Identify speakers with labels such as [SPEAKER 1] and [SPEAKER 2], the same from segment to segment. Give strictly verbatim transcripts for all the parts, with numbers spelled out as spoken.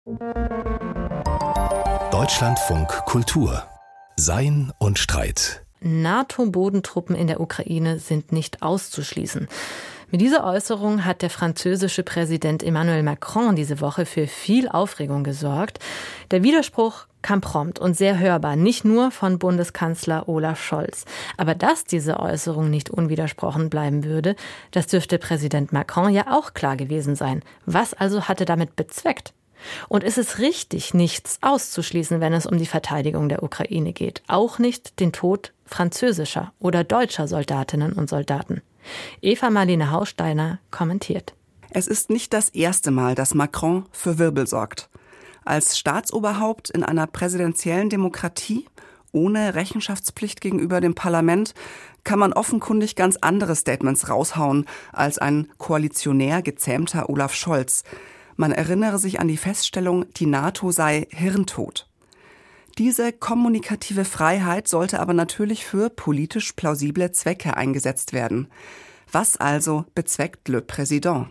[SPEAKER 1] Deutschlandfunk Kultur. Sein und Streit.
[SPEAKER 2] NATO-Bodentruppen in der Ukraine sind nicht auszuschließen. Mit dieser Äußerung hat der französische Präsident Emmanuel Macron diese Woche für viel Aufregung gesorgt. Der Widerspruch kam prompt und sehr hörbar, nicht nur von Bundeskanzler Olaf Scholz. Aber dass diese Äußerung nicht unwidersprochen bleiben würde, das dürfte Präsident Macron ja auch klar gewesen sein. Was also hatte damit bezweckt? Und ist es richtig, nichts auszuschließen, wenn es um die Verteidigung der Ukraine geht? Auch nicht den Tod französischer oder deutscher Soldatinnen und Soldaten. Eva-Marlene Hausteiner kommentiert.
[SPEAKER 3] Es ist nicht das erste Mal, dass Macron für Wirbel sorgt. Als Staatsoberhaupt in einer präsidentiellen Demokratie ohne Rechenschaftspflicht gegenüber dem Parlament kann man offenkundig ganz andere Statements raushauen als ein koalitionär gezähmter Olaf Scholz. Man erinnere sich an die Feststellung, die NATO sei hirntot. Diese kommunikative Freiheit sollte aber natürlich für politisch plausible Zwecke eingesetzt werden. Was also bezweckt Le Président?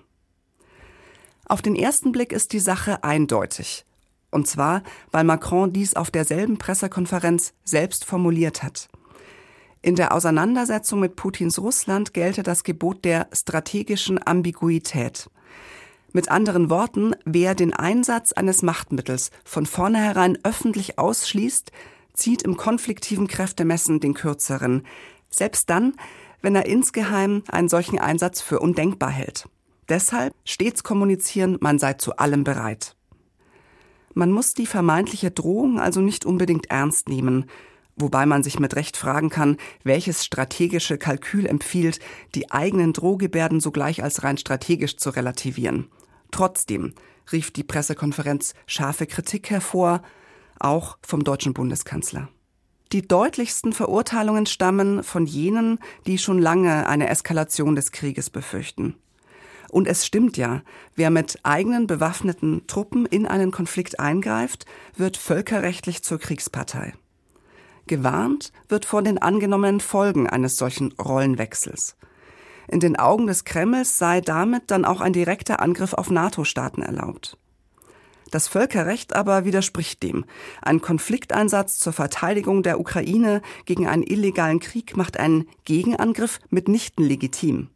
[SPEAKER 3] Auf den ersten Blick ist die Sache eindeutig. Und zwar, weil Macron dies auf derselben Pressekonferenz selbst formuliert hat. In der Auseinandersetzung mit Putins Russland gelte das Gebot der strategischen Ambiguität. Mit anderen Worten, wer den Einsatz eines Machtmittels von vornherein öffentlich ausschließt, zieht im konfliktiven Kräftemessen den Kürzeren. Selbst dann, wenn er insgeheim einen solchen Einsatz für undenkbar hält. Deshalb stets kommunizieren, man sei zu allem bereit. Man muss die vermeintliche Drohung also nicht unbedingt ernst nehmen, wobei man sich mit Recht fragen kann, welches strategische Kalkül empfiehlt, die eigenen Drohgebärden sogleich als rein strategisch zu relativieren. Trotzdem rief die Pressekonferenz scharfe Kritik hervor, auch vom deutschen Bundeskanzler. Die deutlichsten Verurteilungen stammen von jenen, die schon lange eine Eskalation des Krieges befürchten. Und es stimmt ja, wer mit eigenen bewaffneten Truppen in einen Konflikt eingreift, wird völkerrechtlich zur Kriegspartei. Gewarnt wird vor den angenommenen Folgen eines solchen Rollenwechsels. In den Augen des Kremls sei damit dann auch ein direkter Angriff auf NATO-Staaten erlaubt. Das Völkerrecht aber widerspricht dem. Ein Konflikteinsatz zur Verteidigung der Ukraine gegen einen illegalen Krieg macht einen Gegenangriff mitnichten legitim.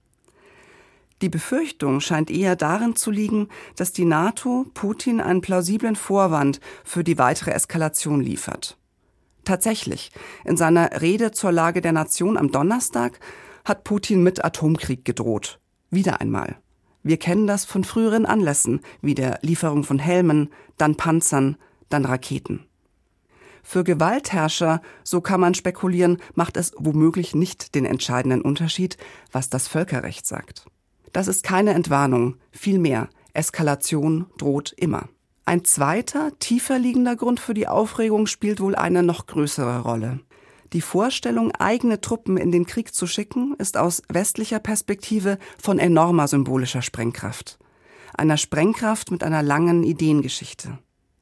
[SPEAKER 3] Die Befürchtung scheint eher darin zu liegen, dass die NATO Putin einen plausiblen Vorwand für die weitere Eskalation liefert. Tatsächlich, in seiner Rede zur Lage der Nation am Donnerstag hat Putin mit Atomkrieg gedroht. Wieder einmal. Wir kennen das von früheren Anlässen, wie der Lieferung von Helmen, dann Panzern, dann Raketen. Für Gewaltherrscher, so kann man spekulieren, macht es womöglich nicht den entscheidenden Unterschied, was das Völkerrecht sagt. Das ist keine Entwarnung, vielmehr, Eskalation droht immer. Ein zweiter, tiefer liegender Grund für die Aufregung spielt wohl eine noch größere Rolle. Die Vorstellung, eigene Truppen in den Krieg zu schicken, ist aus westlicher Perspektive von enormer symbolischer Sprengkraft. Einer Sprengkraft mit einer langen Ideengeschichte.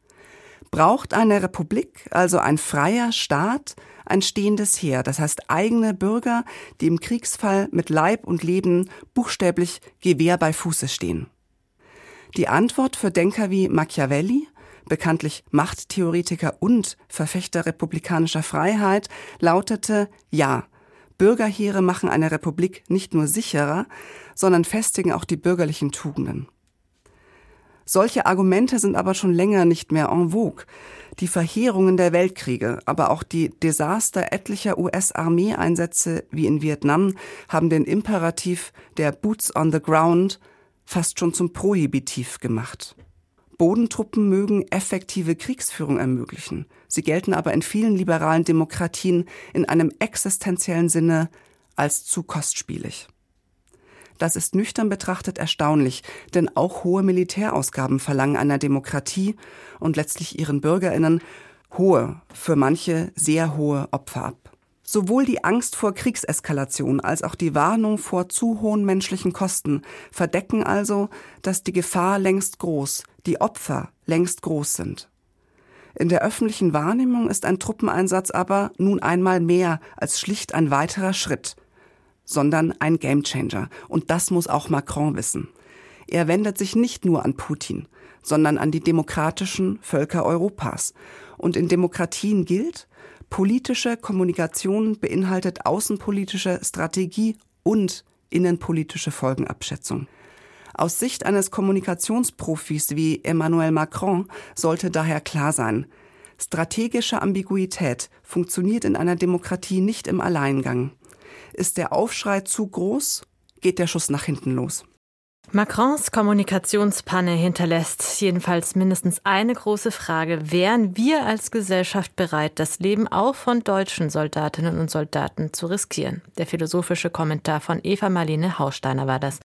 [SPEAKER 3] Braucht eine Republik, also ein freier Staat, ein stehendes Heer, das heißt eigene Bürger, die im Kriegsfall mit Leib und Leben buchstäblich Gewehr bei Fuße stehen? Die Antwort für Denker wie Machiavelli, bekanntlich Machttheoretiker und Verfechter republikanischer Freiheit, lautete: Ja, Bürgerheere machen eine Republik nicht nur sicherer, sondern festigen auch die bürgerlichen Tugenden. Solche Argumente sind aber schon länger nicht mehr en vogue. Die Verheerungen der Weltkriege, aber auch die Desaster etlicher U S-Armeeeinsätze wie in Vietnam haben den Imperativ der Boots on the Ground fast schon zum Prohibitiv gemacht. Bodentruppen mögen effektive Kriegsführung ermöglichen. Sie gelten aber in vielen liberalen Demokratien in einem existenziellen Sinne als zu kostspielig. Das ist nüchtern betrachtet erstaunlich, denn auch hohe Militärausgaben verlangen einer Demokratie und letztlich ihren BürgerInnen hohe, für manche sehr hohe Opfer ab. Sowohl die Angst vor Kriegseskalation als auch die Warnung vor zu hohen menschlichen Kosten verdecken also, dass die Gefahr längst groß, die Opfer längst groß sind. In der öffentlichen Wahrnehmung ist ein Truppeneinsatz aber nun einmal mehr als schlicht ein weiterer Schritt, sondern ein Gamechanger. Und das muss auch Macron wissen. Er wendet sich nicht nur an Putin, sondern an die demokratischen Völker Europas. Und in Demokratien gilt, politische Kommunikation beinhaltet außenpolitische Strategie und innenpolitische Folgenabschätzung. Aus Sicht eines Kommunikationsprofis wie Emmanuel Macron sollte daher klar sein, strategische Ambiguität funktioniert in einer Demokratie nicht im Alleingang. Ist der Aufschrei zu groß, geht der Schuss nach hinten los.
[SPEAKER 2] Macrons Kommunikationspanne hinterlässt jedenfalls mindestens eine große Frage. Wären wir als Gesellschaft bereit, das Leben auch von deutschen Soldatinnen und Soldaten zu riskieren? Der philosophische Kommentar von Eva Marlene Hausteiner war das.